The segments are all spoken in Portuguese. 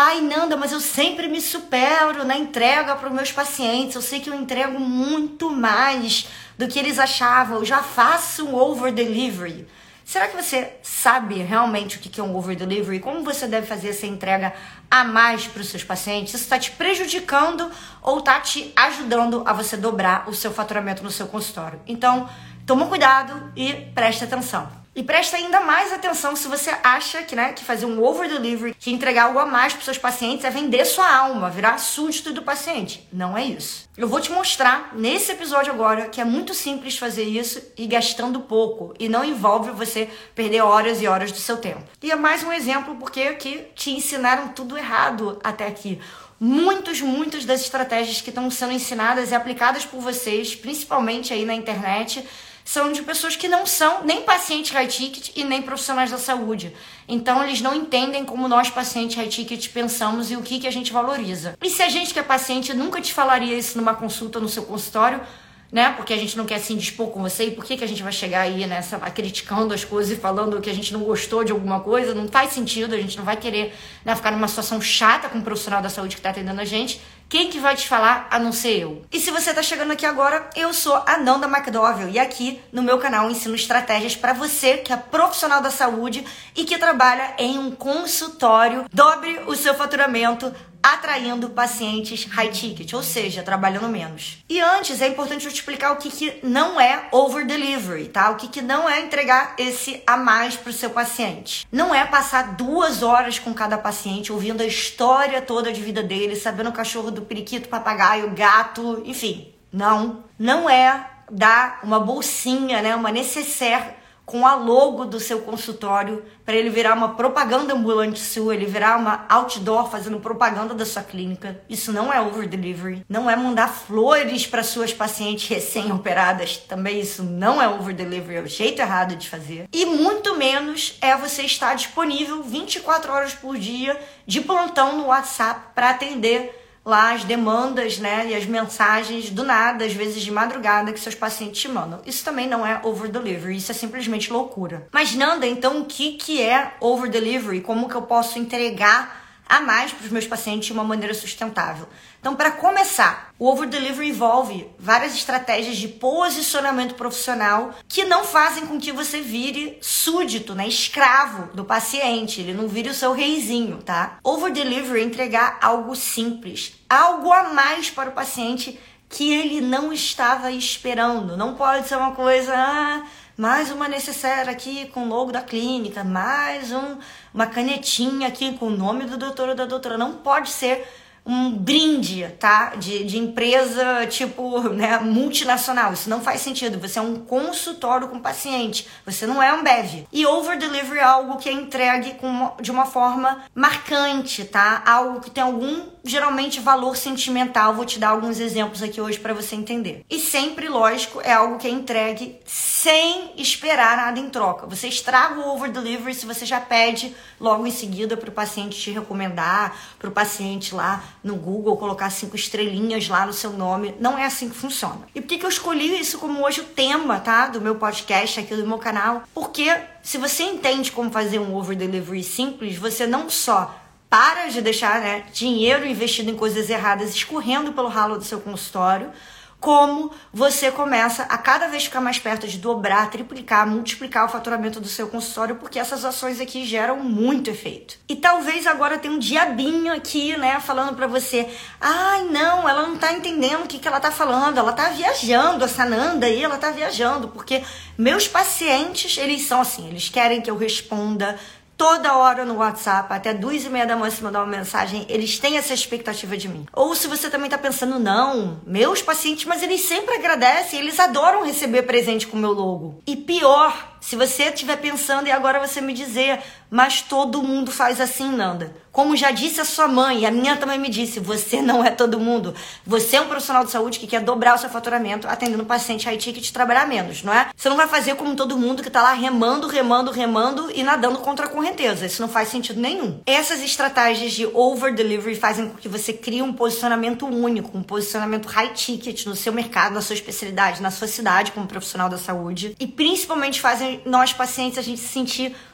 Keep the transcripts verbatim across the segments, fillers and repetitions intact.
Ai, Nanda, mas eu sempre me supero na entrega para os meus pacientes. Eu sei que eu entrego muito mais do que eles achavam. Eu já faço um over delivery. Será que você sabe realmente o que é um over delivery? Como você deve fazer essa entrega a mais para os seus pacientes? Isso está te prejudicando ou está te ajudando a você dobrar o seu faturamento no seu consultório? Então, toma cuidado e preste atenção. E presta ainda mais atenção se você acha que, né, que fazer um over delivery, que entregar algo a mais para os seus pacientes é vender sua alma, virar súdito do paciente. Não é isso. Eu vou te mostrar nesse episódio agora que é muito simples fazer isso e gastando pouco. E não envolve você perder horas e horas do seu tempo. E é mais um exemplo porque aqui te ensinaram tudo errado até aqui. Muitas, muitas das estratégias que estão sendo ensinadas e aplicadas por vocês, principalmente aí na internet, são de pessoas que não são nem pacientes high ticket e nem profissionais da saúde. Então, eles não entendem como nós, pacientes high ticket, pensamos e o que, que a gente valoriza. E se a gente que é paciente nunca te falaria isso numa consulta no seu consultório, né? Porque a gente não quer se indispor com você, e por que, que a gente vai chegar aí, né, criticando as coisas e falando que a gente não gostou de alguma coisa? Não faz sentido, a gente não vai querer, né, ficar numa situação chata com o profissional da saúde que está atendendo a gente. Quem que vai te falar a não ser eu? E se você tá chegando aqui agora, eu sou a Nanda McDowell e aqui no meu canal eu ensino estratégias para você que é profissional da saúde e que trabalha em um consultório. Dobre o seu faturamento atraindo pacientes high ticket, ou seja, trabalhando menos. E antes é importante eu te explicar o que, que não é over delivery, tá? O que, que não é entregar esse a mais pro seu paciente. Não é passar duas horas com cada paciente ouvindo a história toda de vida dele, sabendo o cachorro do periquito, papagaio, gato, enfim. Não, não é dar uma bolsinha, né, uma necessaire com a logo do seu consultório para ele virar uma propaganda ambulante sua, ele virar uma outdoor fazendo propaganda da sua clínica. Isso não é over delivery. Não é mandar flores para suas pacientes recém-operadas. Também isso não é over delivery, é o jeito errado de fazer. E muito menos é você estar disponível vinte e quatro horas por dia de plantão no WhatsApp para atender lá as demandas, né, e as mensagens do nada, às vezes de madrugada, que seus pacientes te mandam. Isso também não é over delivery, isso é simplesmente loucura. Mas Nanda, então o que, que é over delivery? Como que eu posso entregar a mais para os meus pacientes de uma maneira sustentável? Então, para começar, o over delivery envolve várias estratégias de posicionamento profissional que não fazem com que você vire súdito, né, escravo do paciente, ele não vire o seu reizinho, tá? Over delivery é entregar algo simples, algo a mais para o paciente que ele não estava esperando. Não pode ser uma coisa, ah, mais uma necessaire aqui com o logo da clínica, mais um, uma canetinha aqui com o nome do doutor ou da doutora. Não pode ser um brinde, tá? De, de empresa, tipo, né, multinacional. Isso não faz sentido. Você é um consultório com paciente. Você não é um Ambev. E over delivery é algo que é entregue com uma, de uma forma marcante, tá? Algo que tem algum, geralmente, valor sentimental. Vou te dar alguns exemplos aqui hoje para você entender. E sempre, lógico, é algo que é entregue sem esperar nada em troca. Você estraga o over delivery se você já pede logo em seguida para o paciente te recomendar, para o paciente lá no Google colocar cinco estrelinhas lá no seu nome. Não é assim que funciona. E por que que eu escolhi isso como hoje o tema, tá, do meu podcast aqui do meu canal? Porque se você entende como fazer um over delivery simples, você não só para de deixar, né, dinheiro investido em coisas erradas escorrendo pelo ralo do seu consultório, como você começa a cada vez ficar mais perto de dobrar, triplicar, multiplicar o faturamento do seu consultório, porque essas ações aqui geram muito efeito. E talvez agora tenha um diabinho aqui, né, falando pra você, ai, não, ela não tá entendendo o que que ela tá falando, ela tá viajando, essa Nanda aí, ela tá viajando, porque meus pacientes, eles são assim, eles querem que eu responda toda hora no WhatsApp, até duas e meia da manhã se mandar uma mensagem, eles têm essa expectativa de mim. Ou se você também tá pensando, não, meus pacientes, mas eles sempre agradecem, eles adoram receber presente com o meu logo. E pior, se você estiver pensando e agora você me dizer, mas todo mundo faz assim, Nanda. Como já disse a sua mãe, e a minha também me disse, você não é todo mundo. Você é um profissional de saúde que quer dobrar o seu faturamento atendendo paciente high ticket e trabalhar menos, não é? Você não vai fazer como todo mundo que tá lá remando, remando, remando e nadando contra a correnteza. Isso não faz sentido nenhum. Essas estratégias de over delivery fazem com que você crie um posicionamento único, um posicionamento high ticket no seu mercado, na sua especialidade, na sua cidade como profissional da saúde. E principalmente fazem nós pacientes a gente se sentir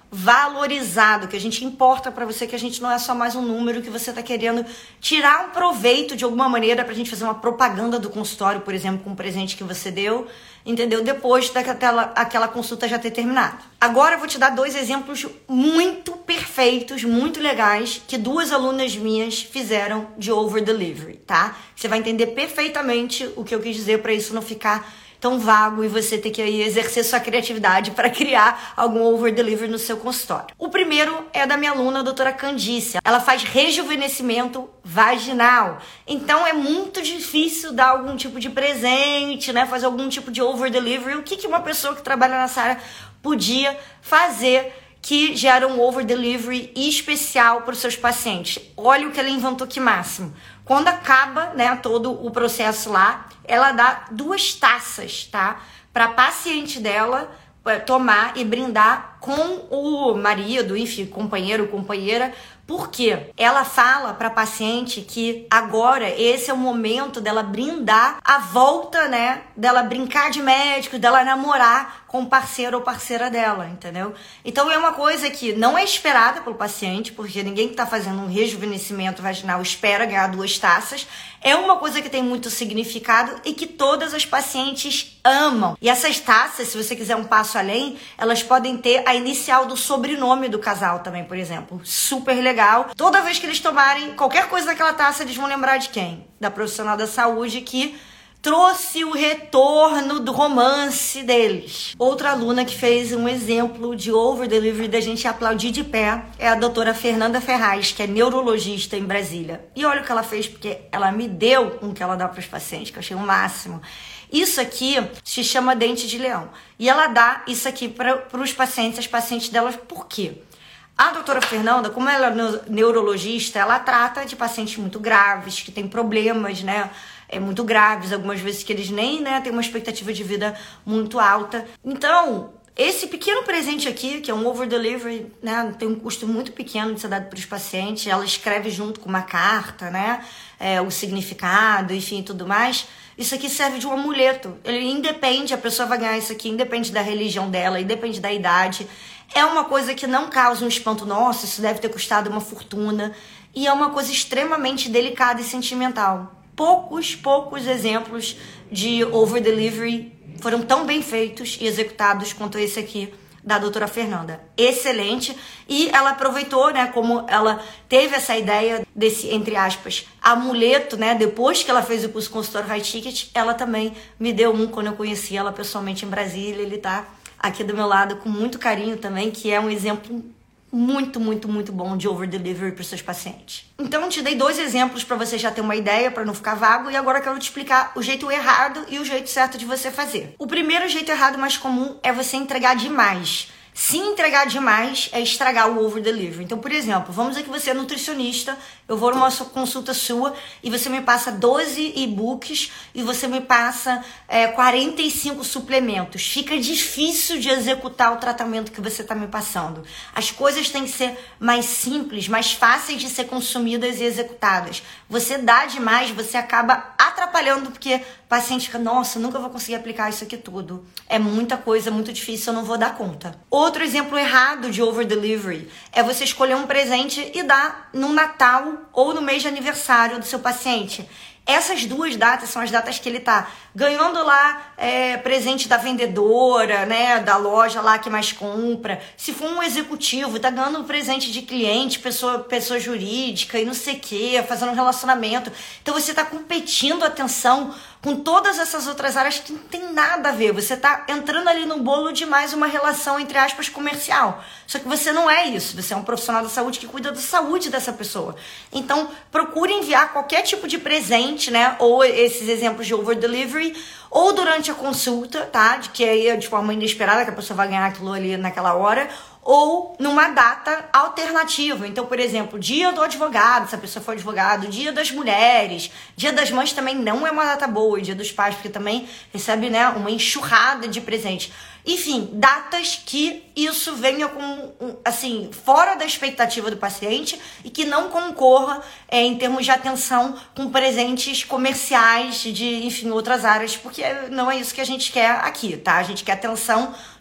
valorizado, que a gente importa para você, que a gente não é só mais um número que você está querendo tirar um proveito de alguma maneira para a gente fazer uma propaganda do consultório, por exemplo, com um presente que você deu, entendeu? Depois daquela aquela consulta já ter terminado. Agora eu vou te dar dois exemplos muito perfeitos, muito legais, que duas alunas minhas fizeram de over delivery, tá? Você vai entender perfeitamente o que eu quis dizer para isso não ficar tão vago e você ter que aí exercer sua criatividade para criar algum over delivery no seu consultório. O primeiro é da minha aluna, a doutora Candice. Ela faz rejuvenescimento vaginal. Então é muito difícil dar algum tipo de presente, né? Fazer algum tipo de over delivery. O que que uma pessoa que trabalha nessa área podia fazer que gera um over delivery especial para os seus pacientes? Olha o que ela inventou, que máximo. Quando acaba, né, todo o processo lá, ela dá duas taças, tá? Para a paciente dela tomar e brindar com o marido, enfim, companheiro, companheira. Por quê? Ela fala para a paciente que agora esse é o momento dela brindar a volta, né? Dela brincar de médico, dela namorar com o parceiro ou parceira dela, entendeu? Então é uma coisa que não é esperada pelo paciente, porque ninguém que está fazendo um rejuvenescimento vaginal espera ganhar duas taças. É uma coisa que tem muito significado e que todas as pacientes amam. E essas taças, se você quiser um passo além, elas podem ter a inicial do sobrenome do casal também, por exemplo. Super legal. Toda vez que eles tomarem qualquer coisa daquela taça, eles vão lembrar de quem? Da profissional da saúde que trouxe o retorno do romance deles. Outra aluna que fez um exemplo de over delivery da gente aplaudir de pé é a doutora Fernanda Ferraz, que é neurologista em Brasília. E olha o que ela fez, porque ela me deu um que ela dá para os pacientes, que eu achei o máximo. Isso aqui se chama dente de leão. E ela dá isso aqui para os pacientes, as pacientes delas, por quê? A doutora Fernanda, como ela é neurologista, ela trata de pacientes muito graves, que têm problemas, né? É, muito graves, algumas vezes que eles nem, né, têm uma expectativa de vida muito alta. Então, esse pequeno presente aqui, que é um over delivery, né, tem um custo muito pequeno de ser dado para os pacientes. Ela escreve junto com uma carta, né, é, o significado, enfim, tudo mais. Isso aqui serve de um amuleto. Ele independe, a pessoa vai ganhar isso aqui, independe da religião dela, independe da idade. É uma coisa que não causa um espanto, nossa, isso deve ter custado uma fortuna. E é uma coisa extremamente delicada e sentimental. Poucos, poucos exemplos de over delivery foram tão bem feitos e executados quanto esse aqui da doutora Fernanda. Excelente. E ela aproveitou, né, como ela teve essa ideia desse, entre aspas, amuleto, né, depois que ela fez o curso consultório High Ticket, ela também me deu um quando eu conheci ela pessoalmente em Brasília. Ele tá aqui do meu lado com muito carinho também, que é um exemplo muito, muito, muito bom de over delivery para os seus pacientes. Então, eu te dei dois exemplos para você já ter uma ideia, para não ficar vago, e agora eu quero te explicar o jeito errado e o jeito certo de você fazer. O primeiro jeito errado mais comum é você entregar demais. Se entregar demais é estragar o over delivery. Então, por exemplo, vamos dizer que você é nutricionista, eu vou numa consulta sua e você me passa doze e-books e você me passa é, quarenta e cinco suplementos. Fica difícil de executar o tratamento que você está me passando. As coisas têm que ser mais simples, mais fáceis de ser consumidas e executadas. Você dá demais, você acaba atrapalhando, porque o paciente fica, nossa, nunca vou conseguir aplicar isso aqui tudo. É muita coisa, muito difícil, eu não vou dar conta. Outro exemplo errado de over delivery é você escolher um presente e dar no Natal ou no mês de aniversário do seu paciente. Essas duas datas são as datas que ele tá ganhando lá é, presente da vendedora, né, da loja lá que mais compra. Se for um executivo, tá ganhando um presente de cliente, pessoa, pessoa jurídica e não sei o que, fazendo um relacionamento. Então você tá competindo atenção com todas essas outras áreas que não tem nada a ver. Você tá entrando ali no bolo de mais uma relação, entre aspas, comercial. Só que você não é isso. Você é um profissional da saúde que cuida da saúde dessa pessoa. Então, procure enviar qualquer tipo de presente, né? Ou esses exemplos de over delivery, ou durante a consulta, tá? De que aí é de forma inesperada, que a pessoa vai ganhar aquilo ali naquela hora, ou numa data alternativa. Então, por exemplo, dia do advogado, se a pessoa for advogado, dia das mulheres, dia das mães também não é uma data boa, e dia dos pais, porque também recebe, né, uma enxurrada de presente. Enfim, datas que isso venha com, assim, fora da expectativa do paciente e que não concorra é, em termos de atenção com presentes comerciais de, enfim, outras áreas, porque não é isso que a gente quer aqui, tá? A gente quer atenção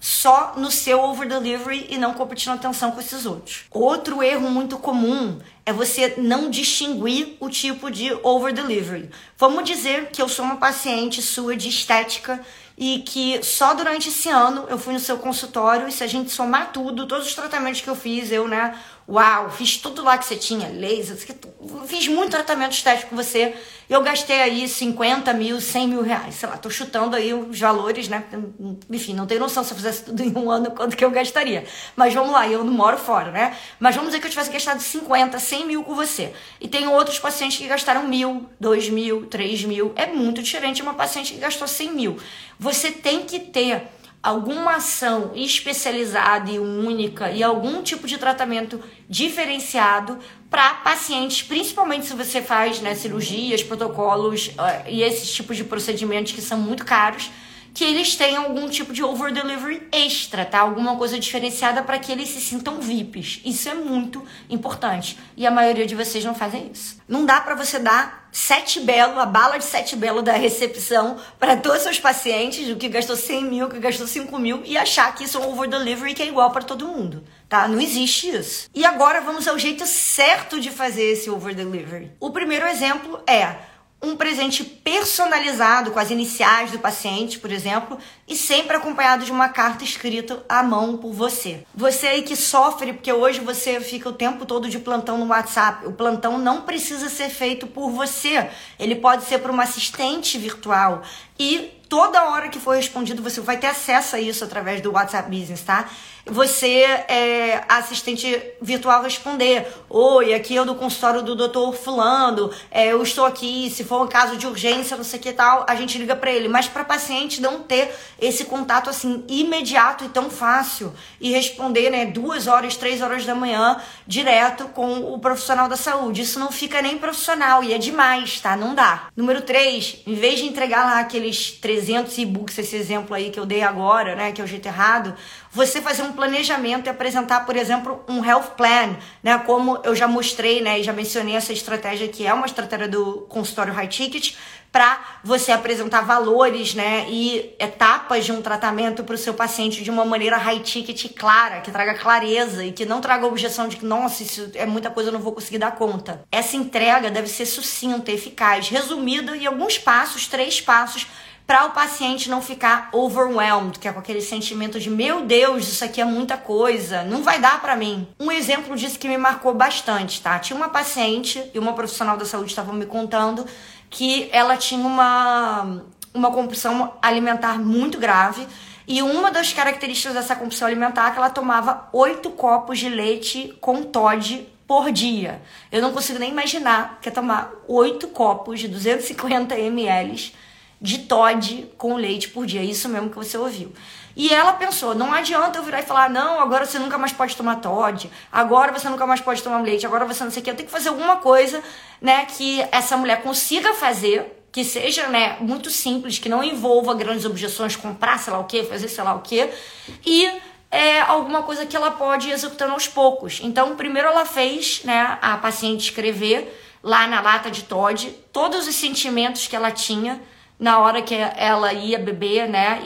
só no seu over delivery e não competindo atenção com esses outros. Outro erro muito comum é você não distinguir o tipo de over delivery. Vamos dizer que eu sou uma paciente sua de estética e que só durante esse ano eu fui no seu consultório e se a gente somar tudo, todos os tratamentos que eu fiz, eu, né, uau, fiz tudo lá que você tinha, laser, fiz muito tratamento estético com você, eu gastei aí cinquenta mil, cem mil reais, sei lá, tô chutando aí os valores, né, enfim, não tenho noção se eu fizesse tudo em um ano quanto que eu gastaria, mas vamos lá, eu não moro fora, né, mas vamos dizer que eu tivesse gastado cinquenta, cem mil com você, e tem outros pacientes que gastaram mil, dois mil, três mil, é muito diferente de uma paciente que gastou cem mil. Você tem que ter alguma ação especializada e única e algum tipo de tratamento diferenciado para pacientes, principalmente se você faz, né, cirurgias, protocolos uh, e esses tipos de procedimentos que são muito caros, que eles tenham algum tipo de over delivery extra, tá? Alguma coisa diferenciada para que eles se sintam V I Ps. Isso é muito importante. E a maioria de vocês não fazem isso. Não dá para você dar sete belo, a bala de sete belo da recepção para todos os seus pacientes, o que gastou cem mil, o que gastou cinco mil, e achar que isso é um over delivery que é igual para todo mundo, tá? Não existe isso. E agora vamos ao jeito certo de fazer esse over delivery. O primeiro exemplo é um presente personalizado com as iniciais do paciente, por exemplo, e sempre acompanhado de uma carta escrita à mão por você. Você aí que sofre porque hoje você fica o tempo todo de plantão no WhatsApp. O plantão não precisa ser feito por você. Ele pode ser por uma assistente virtual. E toda hora que for respondido, você vai ter acesso a isso através do WhatsApp Business, tá? Você, é, assistente virtual, responder: oi, aqui é do consultório do doutor fulano, é, eu estou aqui, se for um caso de urgência, não sei o que tal, a gente liga para ele. Mas para paciente não ter esse contato assim imediato e tão fácil e responder, né, duas horas, três horas da manhã direto com o profissional da saúde. Isso não fica nem profissional e é demais, tá? Não dá. Número três, em vez de entregar lá aqueles trezentos e-books, esse exemplo aí que eu dei agora, né, que é o jeito errado, você fazer um planejamento e apresentar, por exemplo, um health plan, né, como eu já mostrei, né, e já mencionei essa estratégia que é uma estratégia do consultório high ticket, para você apresentar valores, né, e etapas de um tratamento para o seu paciente de uma maneira high ticket clara, que traga clareza e que não traga objeção de que, nossa, isso é muita coisa, eu não vou conseguir dar conta. Essa entrega deve ser sucinta, eficaz, resumida em alguns passos, três passos, para o paciente não ficar overwhelmed, que é com aquele sentimento de, meu Deus, isso aqui é muita coisa, não vai dar para mim. Um exemplo disso que me marcou bastante, tá? Tinha uma paciente e uma profissional da saúde estavam me contando que ela tinha uma, uma compulsão alimentar muito grave e uma das características dessa compulsão alimentar é que ela tomava oito copos de leite com Toddy por dia. Eu não consigo nem imaginar que é tomar oito copos de duzentos e cinquenta mililitros de Toddy com leite por dia. Isso mesmo que você ouviu. E ela pensou, não adianta eu virar e falar, não, agora você nunca mais pode tomar Toddy, agora você nunca mais pode tomar leite, agora você não sei o que. Eu tenho que fazer alguma coisa, né, que essa mulher consiga fazer, que seja, né, muito simples, que não envolva grandes objeções, comprar sei lá o que, fazer sei lá o que, e é alguma coisa que ela pode ir executando aos poucos. Então, primeiro ela fez, né, a paciente escrever lá na lata de Toddy todos os sentimentos que ela tinha na hora que ela ia beber, né,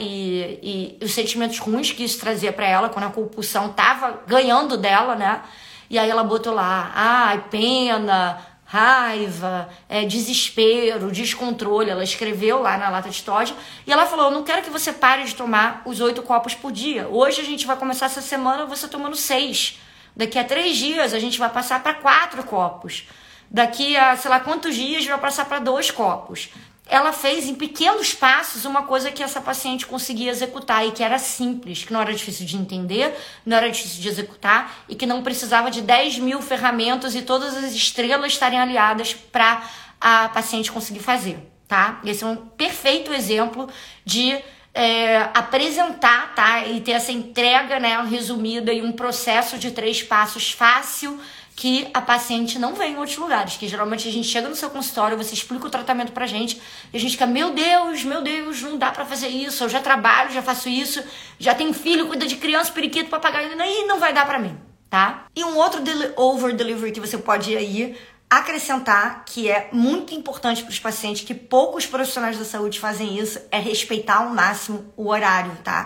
e, e os sentimentos ruins que isso trazia pra ela, quando a compulsão tava ganhando dela, né, e aí ela botou lá, ai, pena, raiva, é, desespero, descontrole, ela escreveu lá na lata de Toddy, e ela falou, eu não quero que você pare de tomar os oito copos por dia, hoje a gente vai começar essa semana você tomando seis, daqui a três dias a gente vai passar para quatro copos, daqui a sei lá quantos dias vai passar para dois copos. Ela fez em pequenos passos uma coisa que essa paciente conseguia executar e que era simples, que não era difícil de entender, não era difícil de executar e que não precisava de dez mil ferramentas e todas as estrelas estarem aliadas para a paciente conseguir fazer, tá? Esse é um perfeito exemplo de é, apresentar, tá? E ter essa entrega, né, resumida em um processo de três passos fácil, que a paciente não vê em outros lugares, que geralmente a gente chega no seu consultório, você explica o tratamento pra gente, e a gente fica, meu Deus, meu Deus, não dá pra fazer isso, eu já trabalho, já faço isso, já tenho filho, cuida de criança, periquito, papagaio, e não vai dar pra mim, tá? E um outro over delivery que você pode aí acrescentar, que é muito importante para os pacientes, que poucos profissionais da saúde fazem isso, é respeitar ao máximo o horário, tá?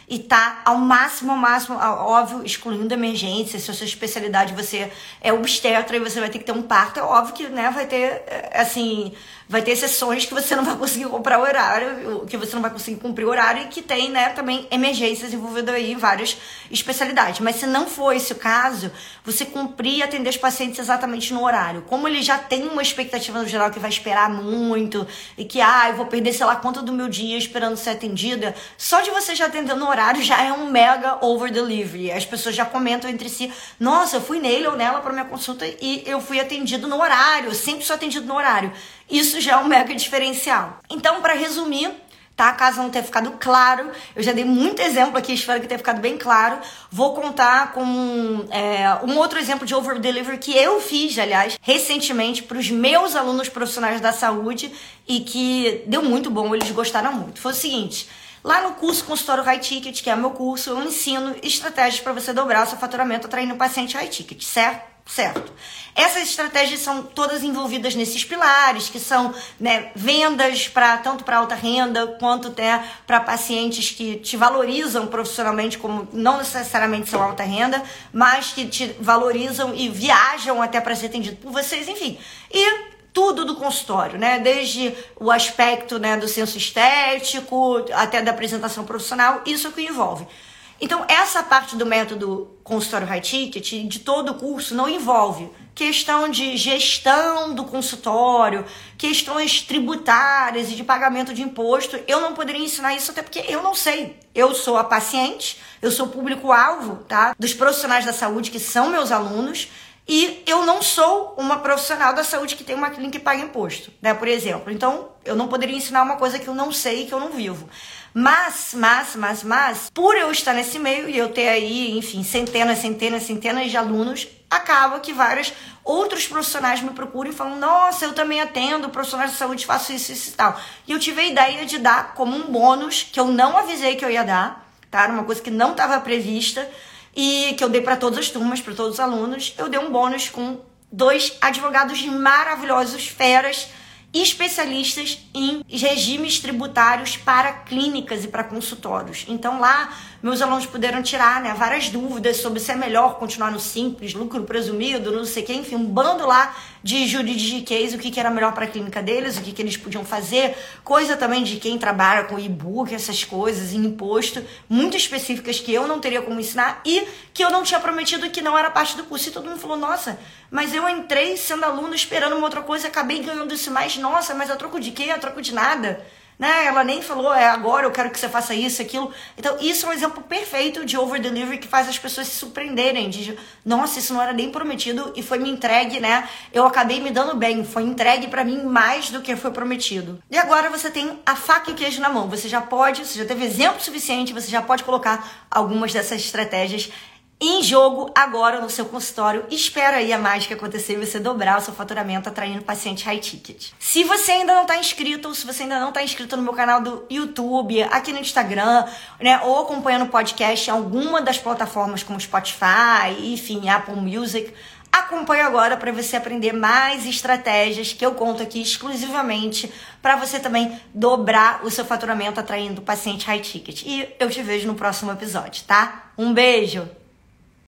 e tá ao máximo, ao máximo, óbvio, excluindo emergência. Se a sua especialidade você é obstetra e você vai ter que ter um parto, é óbvio que, né, vai ter, assim, vai ter sessões que você não vai conseguir comprar o horário, que você não vai conseguir cumprir o horário, e que tem, né, também emergências envolvidas aí em várias especialidades. Mas se não for esse o caso, você cumprir e atender os pacientes exatamente no horário. Como ele já tem uma expectativa no geral que vai esperar muito e que, ah, eu vou perder sei lá quanto do meu dia esperando ser atendida, só de você já atender no horário já é um mega over delivery. As pessoas já comentam entre si, nossa, eu fui nele ou nela para minha consulta e eu fui atendido no horário, eu sempre sou atendido no horário. Isso já é um mega diferencial. Então, para resumir, tá? Caso não tenha ficado claro, eu já dei muito exemplo aqui, espero que tenha ficado bem claro. Vou contar com é, um outro exemplo de over delivery que eu fiz, aliás, recentemente para os meus alunos profissionais da saúde e que deu muito bom, eles gostaram muito. Foi o seguinte: lá no curso Consultório High Ticket, que é meu curso, eu ensino estratégias para você dobrar o seu faturamento atraindo paciente high ticket, certo? Certo. Essas estratégias são todas envolvidas nesses pilares, que são, né, vendas pra, tanto para alta renda, quanto até para pacientes que te valorizam profissionalmente, como não necessariamente são alta renda, mas que te valorizam e viajam até para ser atendido por vocês, enfim. E tudo do consultório, né? Desde o aspecto, né, do senso estético até da apresentação profissional, isso é o que envolve. Então, essa parte do método consultório high ticket, de todo o curso, não envolve questão de gestão do consultório, questões tributárias e de pagamento de imposto. Eu não poderia ensinar isso até porque eu não sei. Eu sou a paciente, eu sou o público-alvo, tá, dos profissionais da saúde que são meus alunos, e eu não sou uma profissional da saúde que tem uma clínica e paga imposto, né, por exemplo. Então, eu não poderia ensinar uma coisa que eu não sei e que eu não vivo. Mas, mas, mas, mas, por eu estar nesse meio e eu ter aí, enfim, centenas, centenas, centenas de alunos, acaba que vários outros profissionais me procuram e falam, nossa, eu também atendo profissionais de saúde, faço isso, isso e tal. E eu tive a ideia de dar como um bônus, que eu não avisei que eu ia dar, tá? Era uma coisa que não estava prevista e que eu dei para todas as turmas, para todos os alunos. Eu dei um bônus com dois advogados maravilhosos, feras, especialistas em regimes tributários para clínicas e para consultórios. Então lá meus alunos puderam tirar, né, várias dúvidas sobre se é melhor continuar no simples, lucro presumido, não sei o que, enfim, um bando lá de juridiquês, o que, que era melhor para a clínica deles, o que, que eles podiam fazer, coisa também de quem trabalha com e-book, essas coisas, em imposto, muito específicas que eu não teria como ensinar e que eu não tinha prometido que não era parte do curso. E todo mundo falou, nossa, mas eu entrei sendo aluno esperando uma outra coisa e acabei ganhando isso mais, nossa, mas a troco de quê? A troco de nada. Né? Ela nem falou, é agora, eu quero que você faça isso, aquilo. Então, isso é um exemplo perfeito de over delivery que faz as pessoas se surpreenderem. De, nossa, isso não era nem prometido e foi me entregue, né? Eu acabei me dando bem, foi entregue pra mim mais do que foi prometido. E agora você tem a faca e o queijo na mão. Você já pode, você já teve exemplo suficiente, você já pode colocar algumas dessas estratégias em jogo agora no seu consultório. Espera aí a mágica acontecer e você dobrar o seu faturamento atraindo paciente high ticket. Se você ainda não está inscrito, ou se você ainda não está inscrito no meu canal do YouTube, aqui no Instagram, né, ou acompanhando o podcast em alguma das plataformas como Spotify, enfim, Apple Music, acompanhe agora para você aprender mais estratégias que eu conto aqui exclusivamente para você também dobrar o seu faturamento atraindo paciente high ticket. E eu te vejo no próximo episódio, tá? Um beijo!